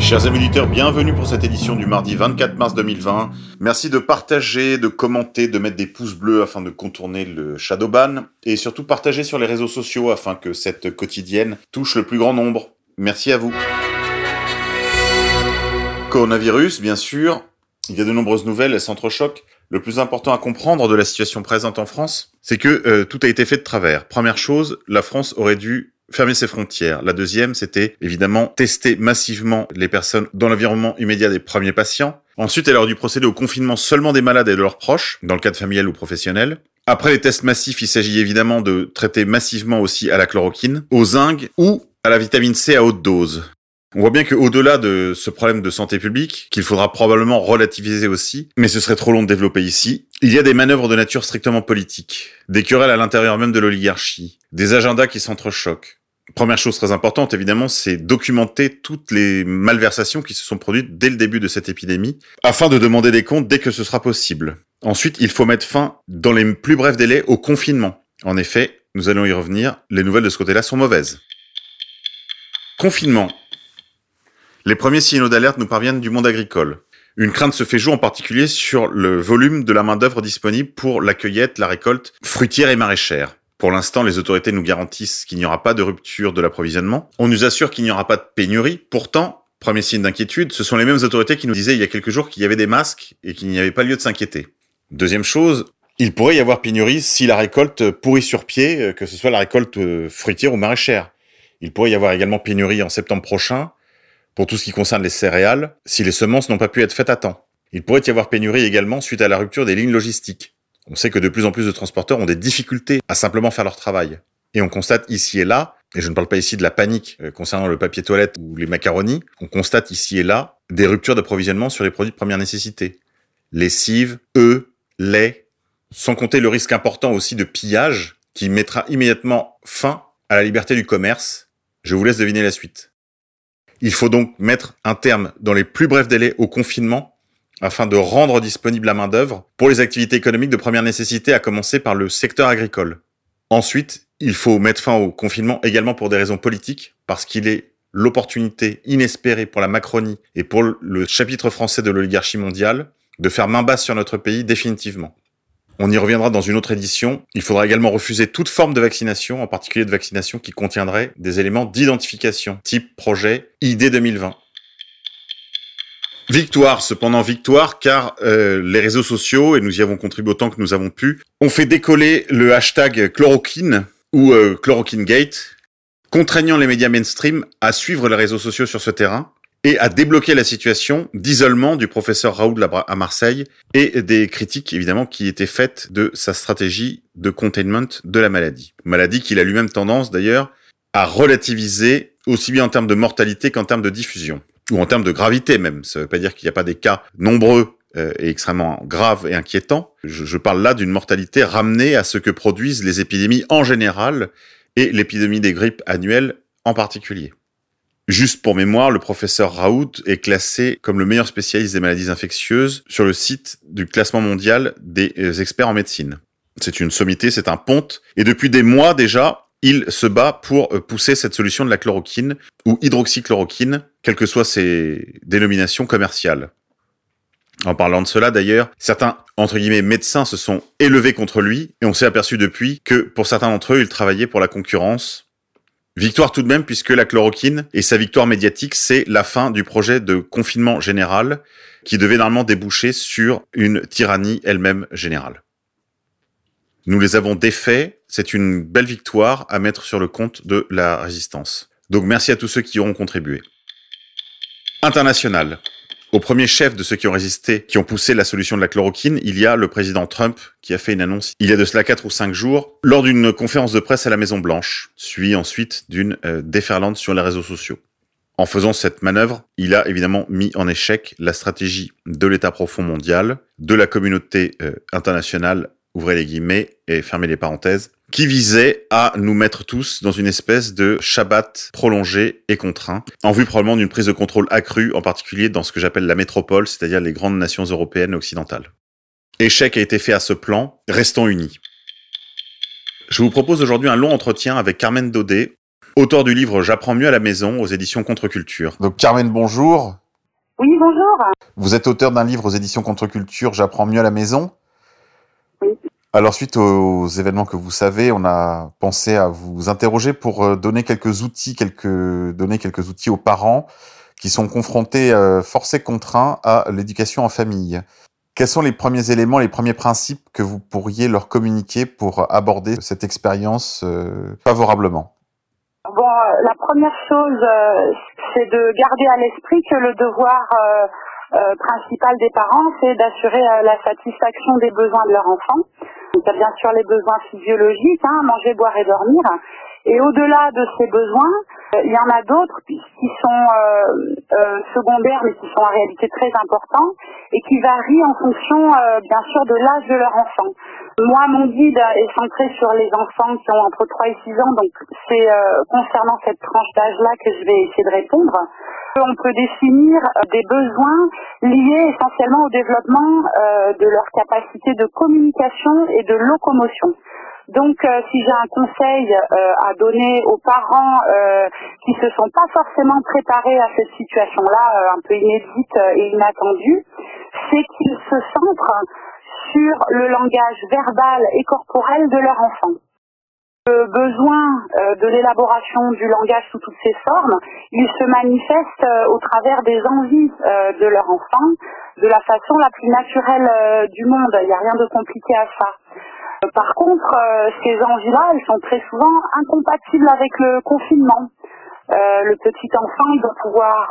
Chers amis auditeurs, bienvenue pour cette édition du mardi 24 mars 2020. Merci de partager, de commenter, de mettre des pouces bleus afin de contourner le shadowban et surtout partager sur les réseaux sociaux afin que cette quotidienne touche le plus grand nombre. Merci à vous. Coronavirus, bien sûr. Il y a de nombreuses nouvelles, elles s'entrechoquent. Le plus important à comprendre de la situation présente en France, c'est que tout a été fait de travers. Première chose, la France aurait dû fermer ses frontières. La deuxième, c'était évidemment tester massivement les personnes dans l'environnement immédiat des premiers patients. Ensuite, elle aurait dû procéder au confinement seulement des malades et de leurs proches, dans le cadre familial ou professionnel. Après les tests massifs, il s'agit évidemment de traiter massivement aussi à la chloroquine, au zinc ou à la vitamine C à haute dose. On voit bien qu'au-delà de ce problème de santé publique, qu'il faudra probablement relativiser aussi, mais ce serait trop long de développer ici, il y a des manœuvres de nature strictement politique, des querelles à l'intérieur même de l'oligarchie, des agendas qui s'entrechoquent. Première chose très importante, évidemment, c'est documenter toutes les malversations qui se sont produites dès le début de cette épidémie, afin de demander des comptes dès que ce sera possible. Ensuite, il faut mettre fin, dans les plus brefs délais, au confinement. En effet, nous allons y revenir, les nouvelles de ce côté-là sont mauvaises. Confinement. Les premiers signaux d'alerte nous parviennent du monde agricole. Une crainte se fait jour en particulier sur le volume de la main-d'œuvre disponible pour la cueillette, la récolte fruitière et maraîchère. Pour l'instant, les autorités nous garantissent qu'il n'y aura pas de rupture de l'approvisionnement. On nous assure qu'il n'y aura pas de pénurie. Pourtant, premier signe d'inquiétude, ce sont les mêmes autorités qui nous disaient il y a quelques jours qu'il y avait des masques et qu'il n'y avait pas lieu de s'inquiéter. Deuxième chose, il pourrait y avoir pénurie si la récolte pourrit sur pied, que ce soit la récolte fruitière ou maraîchère. Il pourrait y avoir également pénurie en septembre prochain pour tout ce qui concerne les céréales, si les semences n'ont pas pu être faites à temps. Il pourrait y avoir pénurie également suite à la rupture des lignes logistiques. On sait que de plus en plus de transporteurs ont des difficultés à simplement faire leur travail. Et on constate ici et là, et je ne parle pas ici de la panique concernant le papier toilette ou les macaronis, on constate ici et là des ruptures d'approvisionnement sur les produits de première nécessité. Lessive, œufs, lait, sans compter le risque important aussi de pillage qui mettra immédiatement fin à la liberté du commerce. Je vous laisse deviner la suite. Il faut donc mettre un terme dans les plus brefs délais au confinement afin de rendre disponible la main-d'œuvre pour les activités économiques de première nécessité, à commencer par le secteur agricole. Ensuite, il faut mettre fin au confinement également pour des raisons politiques, parce qu'il est l'opportunité inespérée pour la Macronie et pour le chapitre français de l'oligarchie mondiale de faire main basse sur notre pays définitivement. On y reviendra dans une autre édition. Il faudra également refuser toute forme de vaccination, en particulier de vaccination qui contiendrait des éléments d'identification, type projet ID 2020. Victoire, cependant victoire, car les réseaux sociaux, et nous y avons contribué autant que nous avons pu, ont fait décoller le hashtag chloroquine ou chloroquinegate, contraignant les médias mainstream à suivre les réseaux sociaux sur ce terrain et à débloquer la situation d'isolement du professeur Raoult à Marseille et des critiques évidemment qui étaient faites de sa stratégie de containment de la maladie. Maladie qu'il a lui-même tendance d'ailleurs à relativiser aussi bien en termes de mortalité qu'en termes de diffusion. Ou en termes de gravité même. Ça veut pas dire qu'il n'y a pas des cas nombreux et extrêmement graves et inquiétants. Je parle là d'une mortalité ramenée à ce que produisent les épidémies en général et l'épidémie des grippes annuelles en particulier. Juste pour mémoire, le professeur Raoult est classé comme le meilleur spécialiste des maladies infectieuses sur le site du classement mondial des experts en médecine. C'est une sommité, c'est un ponte. Et depuis des mois déjà, il se bat pour pousser cette solution de la chloroquine ou hydroxychloroquine, quelles que soient ses dénominations commerciales. En parlant de cela d'ailleurs, certains, entre guillemets, médecins se sont élevés contre lui et on s'est aperçu depuis que pour certains d'entre eux, ils travaillaient pour la concurrence. Victoire tout de même puisque la chloroquine et sa victoire médiatique, c'est la fin du projet de confinement général qui devait normalement déboucher sur une tyrannie elle-même générale. Nous les avons défaits, c'est une belle victoire à mettre sur le compte de la résistance. Donc merci à tous ceux qui auront contribué. International. Au premier chef de ceux qui ont résisté, qui ont poussé la solution de la chloroquine, il y a le président Trump qui a fait une annonce il y a de cela 4 ou 5 jours lors d'une conférence de presse à la Maison Blanche, suivie ensuite d'une déferlante sur les réseaux sociaux. En faisant cette manœuvre, il a évidemment mis en échec la stratégie de l'État profond mondial, de la communauté internationale, ouvrez les guillemets et fermez les parenthèses, qui visait à nous mettre tous dans une espèce de Shabbat prolongé et contraint, en vue probablement d'une prise de contrôle accrue, en particulier dans ce que j'appelle la métropole, c'est-à-dire les grandes nations européennes et occidentales. Échec a été fait à ce plan, restons unis. Je vous propose aujourd'hui un long entretien avec Carmen Daudet, auteur du livre J'apprends mieux à la maison aux éditions Contre-Culture. Donc Carmen, bonjour. Oui, bonjour. Vous êtes auteur d'un livre aux éditions Contre-Culture J'apprends mieux à la maison. Oui. Alors suite aux événements que vous savez, on a pensé à vous interroger pour donner quelques outils aux parents qui sont confrontés forcés contraints à l'éducation en famille. Quels sont les premiers éléments, les premiers principes que vous pourriez leur communiquer pour aborder cette expérience favorablement? Bon, la première chose, c'est de garder à l'esprit que le devoir principal des parents, c'est d'assurer la satisfaction des besoins de leur enfant. Donc, il y a bien sûr les besoins physiologiques, manger, boire et dormir. Et au-delà de ces besoins, il y en a d'autres qui sont secondaires, mais qui sont en réalité très importants et qui varient en fonction, bien sûr, de l'âge de leur enfant. Moi, mon guide est centré sur les enfants qui ont entre 3 et 6 ans, donc c'est concernant cette tranche d'âge-là que je vais essayer de répondre. On peut définir des besoins liés essentiellement au développement de leur capacité de communication et de locomotion. Donc, si j'ai un conseil à donner aux parents qui se sont pas forcément préparés à cette situation-là, un peu inédite et inattendue, c'est qu'ils se centrent sur le langage verbal et corporel de leur enfant. Le besoin de l'élaboration du langage sous toutes ses formes, il se manifeste au travers des envies de leur enfant, de la façon la plus naturelle du monde. Il n'y a rien de compliqué à ça. Par contre, ces envies-là, elles sont très souvent incompatibles avec le confinement. Le petit enfant, il doit pouvoir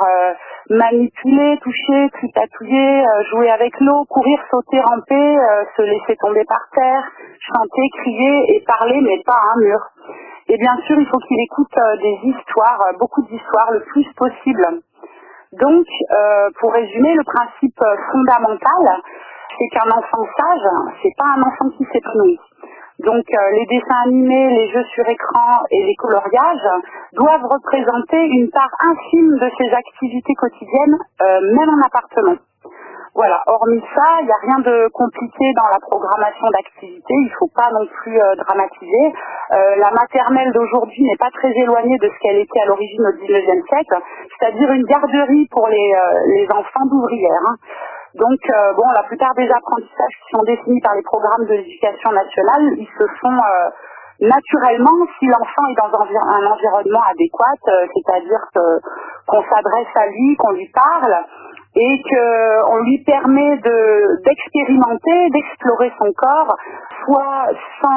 manipuler, toucher, tripatouiller, jouer avec l'eau, courir, sauter, ramper, se laisser tomber par terre, chanter, crier et parler, mais pas à un mur. Et bien sûr, il faut qu'il écoute des histoires, beaucoup d'histoires, le plus possible. Donc, pour résumer, le principe fondamental, c'est qu'un enfant sage, c'est pas un enfant qui s'épanouit. Donc les dessins animés, les jeux sur écran et les coloriages doivent représenter une part infime de ses activités quotidiennes, même en appartement. Voilà, hormis ça, il n'y a rien de compliqué dans la programmation d'activités, il ne faut pas non plus dramatiser. La maternelle d'aujourd'hui n'est pas très éloignée de ce qu'elle était à l'origine au XIXe siècle, c'est-à-dire une garderie pour les enfants d'ouvrières. Donc, la plupart des apprentissages qui sont définis par les programmes de l'éducation nationale, ils se font naturellement si l'enfant est dans un environnement adéquat, c'est-à-dire qu'on s'adresse à lui, qu'on lui parle et qu'on lui permet d'expérimenter, d'explorer son corps, soit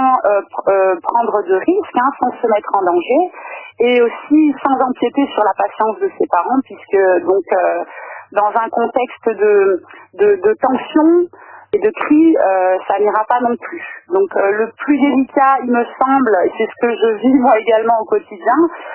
sans prendre de risques, sans se mettre en danger, et aussi sans empiéter sur la patience de ses parents, puisque dans un contexte de tension et de cri, ça n'ira pas non plus. Donc le plus délicat, il me semble, et c'est ce que je vis moi également au quotidien,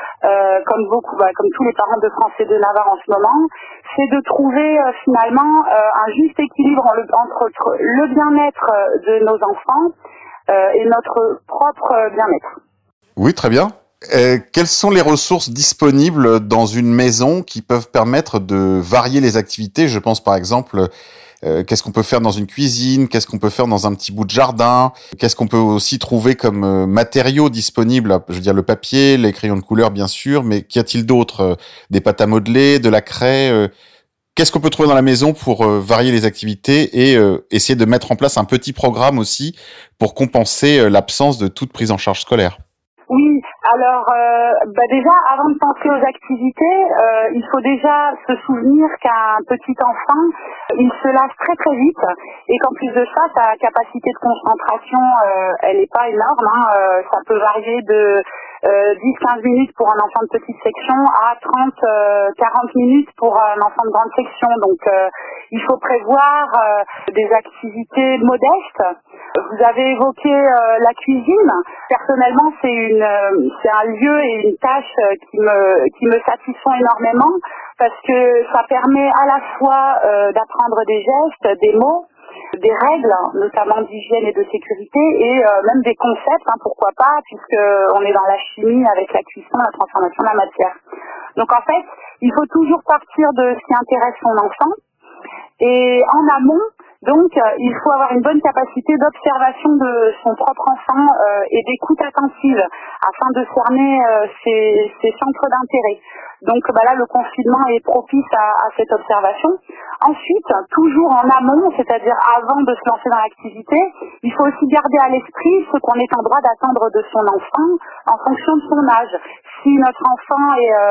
comme tous les parents de France et de Navarre en ce moment, c'est de trouver finalement un juste équilibre entre le bien-être de nos enfants et notre propre bien-être. Oui, très bien. Quelles sont les ressources disponibles dans une maison qui peuvent permettre de varier les activités? Je pense par exemple, qu'est-ce qu'on peut faire dans une cuisine? Qu'est-ce qu'on peut faire dans un petit bout de jardin? Qu'est-ce qu'on peut aussi trouver comme matériaux disponibles? Je veux dire le papier, les crayons de couleur bien sûr, mais qu'y a-t-il d'autre? Des pâtes à modeler, de la craie? Qu'est-ce qu'on peut trouver dans la maison pour varier les activités et essayer de mettre en place un petit programme aussi pour compenser l'absence de toute prise en charge scolaire? Oui, alors déjà, avant de penser aux activités, il faut déjà se souvenir qu'un petit enfant, il se lasse très très vite et qu'en plus de ça, sa capacité de concentration, elle n'est pas énorme. Ça peut varier de 10-15 minutes pour un enfant de petite section à 30-40 minutes pour un enfant de grande section. Donc il faut prévoir des activités modestes. Vous avez évoqué la cuisine. Personnellement, c'est un lieu et une tâche qui me satisfont énormément parce que ça permet à la fois d'apprendre des gestes, des mots, des règles, notamment d'hygiène et de sécurité, et même des concepts, pourquoi pas, puisque on est dans la chimie avec la cuisson, la transformation de la matière. Donc en fait, il faut toujours partir de ce qui intéresse son enfant, et en amont, Donc, il faut avoir une bonne capacité d'observation de son propre enfant et d'écoute attentive afin de cerner ses centres d'intérêt. Donc là, le confinement est propice à cette observation. Ensuite, toujours en amont, c'est-à-dire avant de se lancer dans l'activité, il faut aussi garder à l'esprit ce qu'on est en droit d'attendre de son enfant en fonction de son âge. Si notre enfant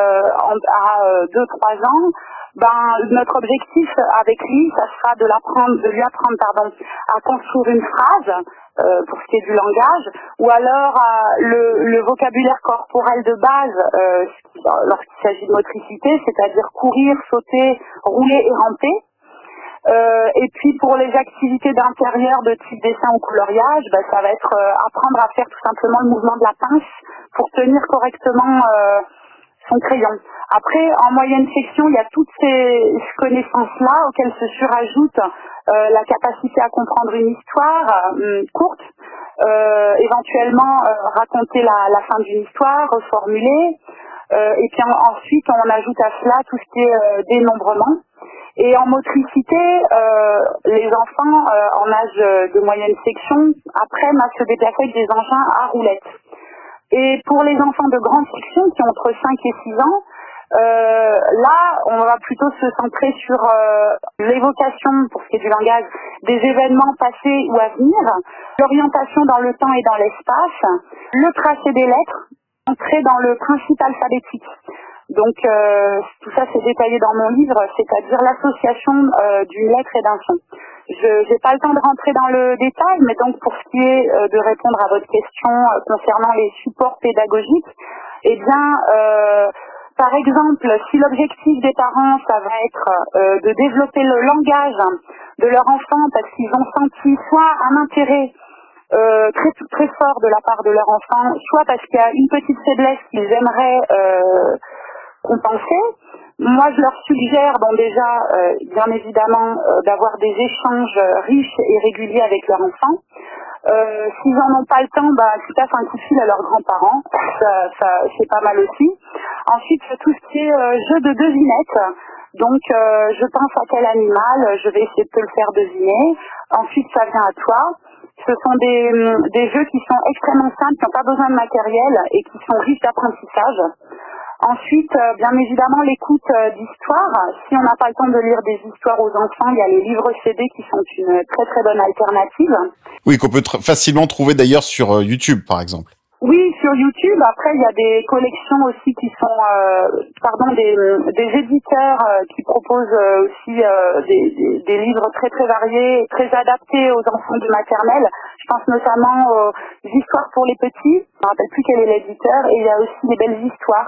a 2-3 ans, notre objectif avec lui, ça sera de lui apprendre à construire une phrase pour ce qui est du langage, ou alors le vocabulaire corporel de base lorsqu'il s'agit de motricité, c'est-à-dire courir, sauter, rouler et ramper. Et puis pour les activités d'intérieur de type dessin ou coloriage, ça va être apprendre à faire tout simplement le mouvement de la pince pour tenir correctement son crayon. Après, en moyenne section, il y a toutes ces connaissances-là auxquelles se surajoute la capacité à comprendre une histoire courte, éventuellement raconter la fin d'une histoire, reformuler, et puis ensuite on ajoute à cela tout ce qui est dénombrement. Et en motricité, les enfants en âge de moyenne section apprennent à se déplacer avec des engins à roulettes. Et pour les enfants de grande section qui ont entre 5 et 6 ans, là, on va plutôt se centrer sur l'évocation, pour ce qui est du langage, des événements passés ou à venir, l'orientation dans le temps et dans l'espace, le tracé des lettres, entrer dans le principe alphabétique. Donc, tout ça c'est détaillé dans mon livre, c'est-à-dire l'association d'une lettre et d'un son. Je n'ai pas le temps de rentrer dans le détail, mais donc pour ce qui est de répondre à votre question concernant les supports pédagogiques, eh bien, par exemple, si l'objectif des parents, ça va être de développer le langage de leur enfant parce qu'ils ont senti soit un intérêt très fort de la part de leur enfant, soit parce qu'il y a une petite faiblesse qu'ils aimeraient compenser. Moi, je leur suggère, bien évidemment, d'avoir des échanges riches et réguliers avec leur enfant. S'ils en ont pas le temps, qu'ils passent un coup de fil à leurs grands-parents. Ça, c'est pas mal aussi. Ensuite, tout ce qui est jeu de devinettes. Donc, je pense à quel animal, je vais essayer de te le faire deviner. Ensuite, ça vient à toi. Ce sont des jeux qui sont extrêmement simples, qui n'ont pas besoin de matériel et qui sont riches d'apprentissage. Ensuite, bien évidemment, l'écoute d'histoires. Si on n'a pas le temps de lire des histoires aux enfants, il y a les livres CD qui sont une très très bonne alternative. Oui, qu'on peut facilement trouver d'ailleurs sur YouTube, par exemple. Oui, sur YouTube. Après, il y a des collections aussi qui sont, des éditeurs qui proposent aussi des livres très très variés, très adaptés aux enfants du maternelle. Je pense notamment aux histoires pour les petits. Je ne me rappelle plus quel est l'éditeur. Et il y a aussi des belles histoires.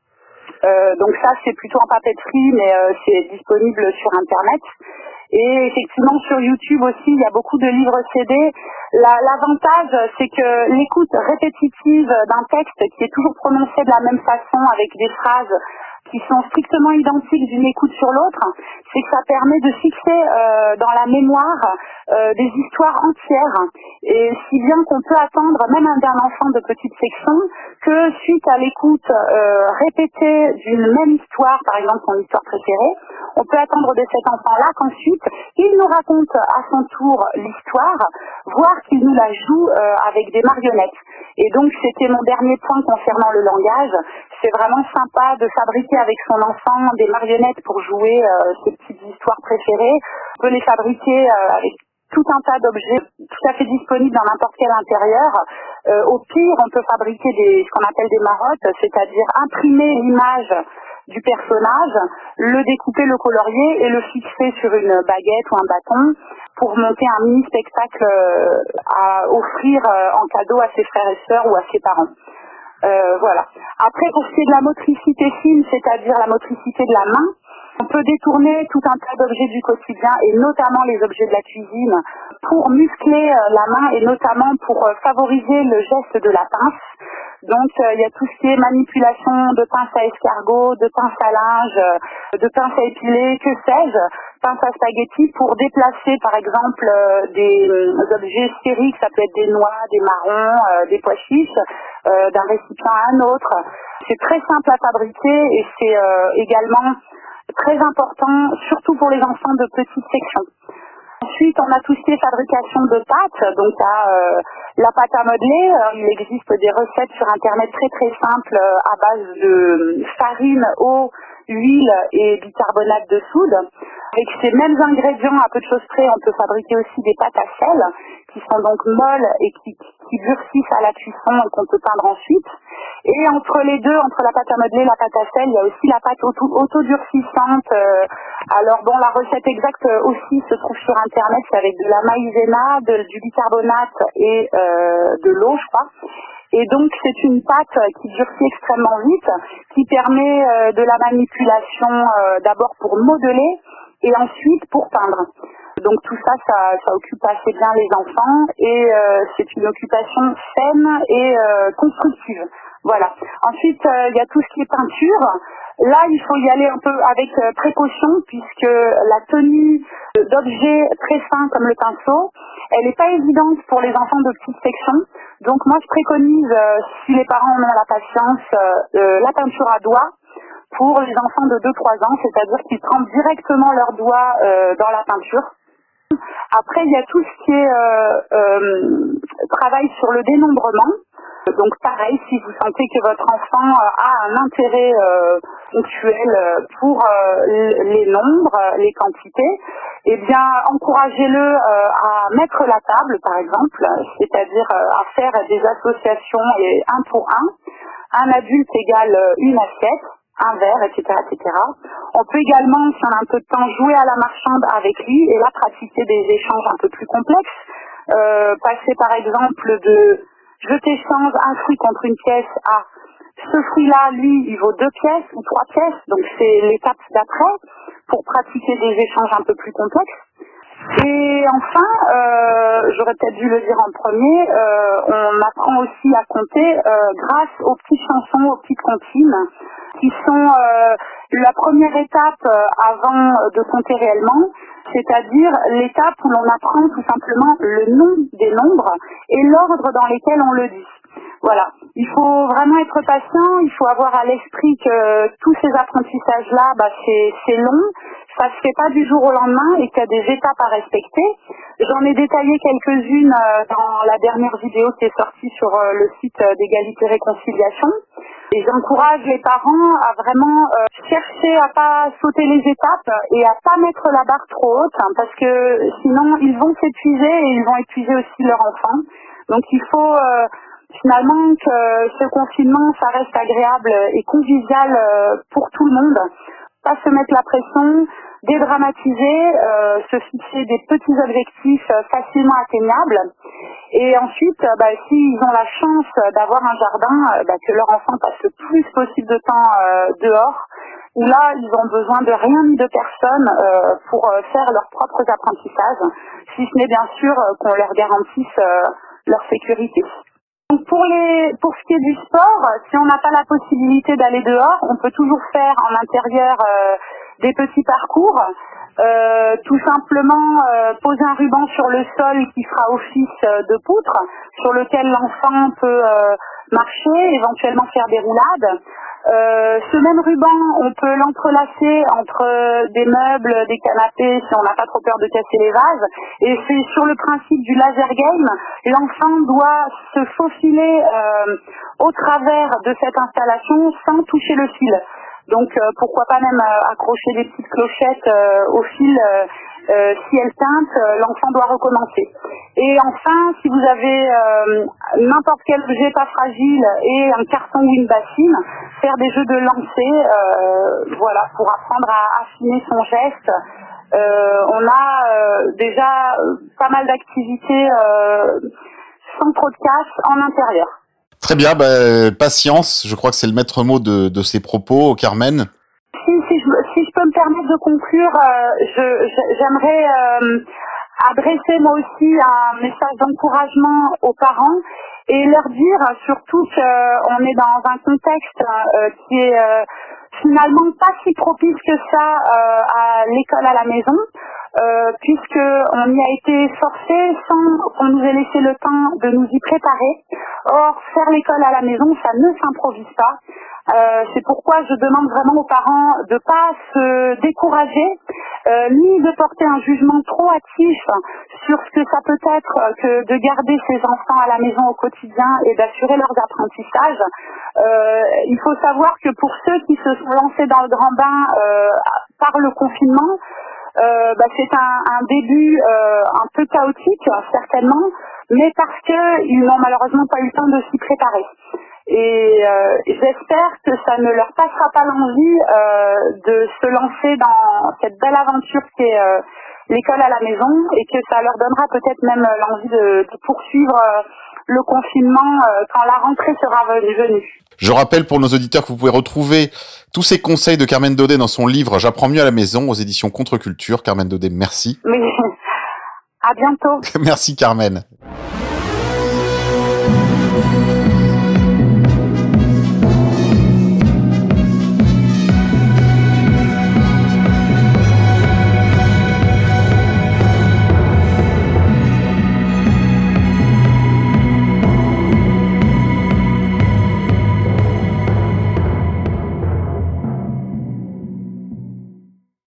Donc ça, c'est plutôt en papeterie, mais c'est disponible sur Internet. Et effectivement, sur YouTube aussi, il y a beaucoup de livres CD. L'avantage, c'est que l'écoute répétitive d'un texte qui est toujours prononcé de la même façon, avec des phrases qui sont strictement identiques d'une écoute sur l'autre, c'est que ça permet de fixer dans la mémoire des histoires entières. Et si bien qu'on peut attendre, même d'un enfant de petite section, que suite à l'écoute répétée d'une même histoire, par exemple son histoire préférée, on peut attendre de cet enfant-là qu'ensuite il nous raconte à son tour l'histoire, voire qu'il nous la joue avec des marionnettes. Et donc c'était mon dernier point concernant le langage. C'est vraiment sympa de fabriquer avec son enfant des marionnettes pour jouer ses petites histoires préférées. On peut les fabriquer avec tout un tas d'objets tout à fait disponibles dans n'importe quel intérieur. Au pire, on peut fabriquer ce qu'on appelle des marottes, c'est-à-dire imprimer l'image du personnage, le découper, le colorier et le fixer sur une baguette ou un bâton pour monter un mini-spectacle à offrir en cadeau à ses frères et sœurs ou à ses parents. Voilà. Après, pour ce qui est de la motricité fine, c'est-à-dire la motricité de la main, on peut détourner tout un tas d'objets du quotidien et notamment les objets de la cuisine pour muscler la main et notamment pour favoriser le geste de la pince. Donc il y a tout ce qui est manipulation de pince à escargot, de pince à linge, de pince à épiler, que sais-je, pince à spaghetti pour déplacer par exemple des objets sphériques, ça peut être des noix, des marrons, des pois chiches, d'un récipient à un autre. C'est très simple à fabriquer et c'est également très important, surtout pour les enfants de petite section. Ensuite, on a tout ce qui est fabrication de pâtes. Donc, la pâte à modeler. Il existe des recettes sur Internet très très simples à base de farine, eau, huile et bicarbonate de soude. Avec ces mêmes ingrédients, à peu de choses près, on peut fabriquer aussi des pâtes à sel qui sont donc molles et qui durcissent à la cuisson et qu'on peut peindre ensuite. Et entre les deux, entre la pâte à modeler et la pâte à sel, il y a aussi la pâte autodurcissante. Alors bon, la recette exacte aussi se trouve sur Internet, c'est avec de la maïzena, du bicarbonate et de l'eau, je crois. Et donc c'est une pâte qui durcit extrêmement vite, qui permet de la manipulation d'abord pour modeler et ensuite pour peindre. Donc tout ça occupe assez bien les enfants et c'est une occupation saine et constructive. Voilà. Ensuite, il y a tout ce qui est peinture. Là, il faut y aller un peu avec précaution puisque la tenue d'objets très fins comme le pinceau, elle n'est pas évidente pour les enfants de petite section. Donc moi, je préconise, si les parents en ont la patience, la peinture à doigts pour les enfants de 2-3 ans, c'est-à-dire qu'ils trempent directement leurs doigts dans la peinture. Après, il y a tout ce qui est travail sur le dénombrement. Donc pareil, si vous sentez que votre enfant a un intérêt ponctuel pour les nombres, les quantités, eh bien encouragez-le à mettre la table, par exemple, c'est-à-dire à faire des associations et un pour un adulte égale une assiette, un verre, etc., etc. On peut également, si on a un peu de temps, jouer à la marchande avec lui et là pratiquer des échanges un peu plus complexes. Passer par exemple de je t'échange un fruit contre une pièce à ce fruit-là, lui, il vaut 2 pièces ou 3 pièces. Donc c'est l'étape d'après pour pratiquer des échanges un peu plus complexes. Et enfin, j'aurais peut-être dû le dire en premier, on apprend aussi à compter grâce aux petites chansons, aux petites comptines, qui sont la première étape avant de compter réellement, c'est-à-dire l'étape où l'on apprend tout simplement le nom des nombres et l'ordre dans lesquels on le dit. Voilà, il faut vraiment être patient, il faut avoir à l'esprit que tous ces apprentissages-là, c'est long, ça se fait pas du jour au lendemain et qu'il y a des étapes à respecter. J'en ai détaillé quelques-unes dans la dernière vidéo qui est sortie sur le site d'Égalité Réconciliation. Et j'encourage les parents à vraiment chercher à pas sauter les étapes et à pas mettre la barre trop haute, hein, parce que sinon ils vont s'épuiser et ils vont épuiser aussi leur enfant. Donc il faut finalement que ce confinement, ça reste agréable et convivial pour tout le monde. Pas se mettre la pression, dédramatiser, se fixer des petits objectifs facilement atteignables. Et ensuite, s'ils ont la chance d'avoir un jardin, que leur enfant passe le plus possible de temps dehors, où là, ils ont besoin de rien ni de personne pour faire leurs propres apprentissages, si ce n'est bien sûr qu'on leur garantisse leur sécurité. Donc pour ce qui est du sport, si on n'a pas la possibilité d'aller dehors, on peut toujours faire en intérieur des petits parcours. Tout simplement poser un ruban sur le sol qui fera office de poutre, sur lequel l'enfant peut marcher, éventuellement faire des roulades. Ce même ruban, on peut l'entrelacer entre des meubles, des canapés, si on n'a pas trop peur de casser les vases. Et c'est sur le principe du laser game, l'enfant doit se faufiler au travers de cette installation sans toucher le fil. Donc pourquoi pas même accrocher des petites clochettes au fil, si elles teintent, l'enfant doit recommencer. Et enfin, si vous avez n'importe quel objet pas fragile et un carton ou une bassine, faire des jeux de lancer, voilà, pour apprendre à affiner son geste. On a déjà pas mal d'activités sans trop de casse en intérieur. Très bien, patience, je crois que c'est le maître mot de ces propos, Carmen. Si je peux me permettre de conclure, j'aimerais adresser moi aussi un message d'encouragement aux parents et leur dire surtout qu'on est dans un contexte qui est finalement pas si propice que ça à l'école à la maison. Puisque on y a été forcé sans qu'on nous ait laissé le temps de nous y préparer. Or, faire l'école à la maison, ça ne s'improvise pas. C'est pourquoi je demande vraiment aux parents de pas se décourager, ni de porter un jugement trop hâtif sur ce que ça peut être que de garder ses enfants à la maison au quotidien et d'assurer leurs apprentissages. Il faut savoir que pour ceux qui se sont lancés dans le grand bain par le confinement, c'est un début un peu chaotique, certainement, mais parce qu'ils n'ont malheureusement pas eu le temps de s'y préparer. Et j'espère que ça ne leur passera pas l'envie de se lancer dans cette belle aventure qui est l'école à la maison, et que ça leur donnera peut-être même l'envie de poursuivre le confinement quand la rentrée sera venue. Je rappelle pour nos auditeurs que vous pouvez retrouver tous ces conseils de Carmen Daudet dans son livre « J'apprends mieux à la maison » aux éditions Contre-Culture. Carmen Daudet, merci. Mais à bientôt. Merci Carmen.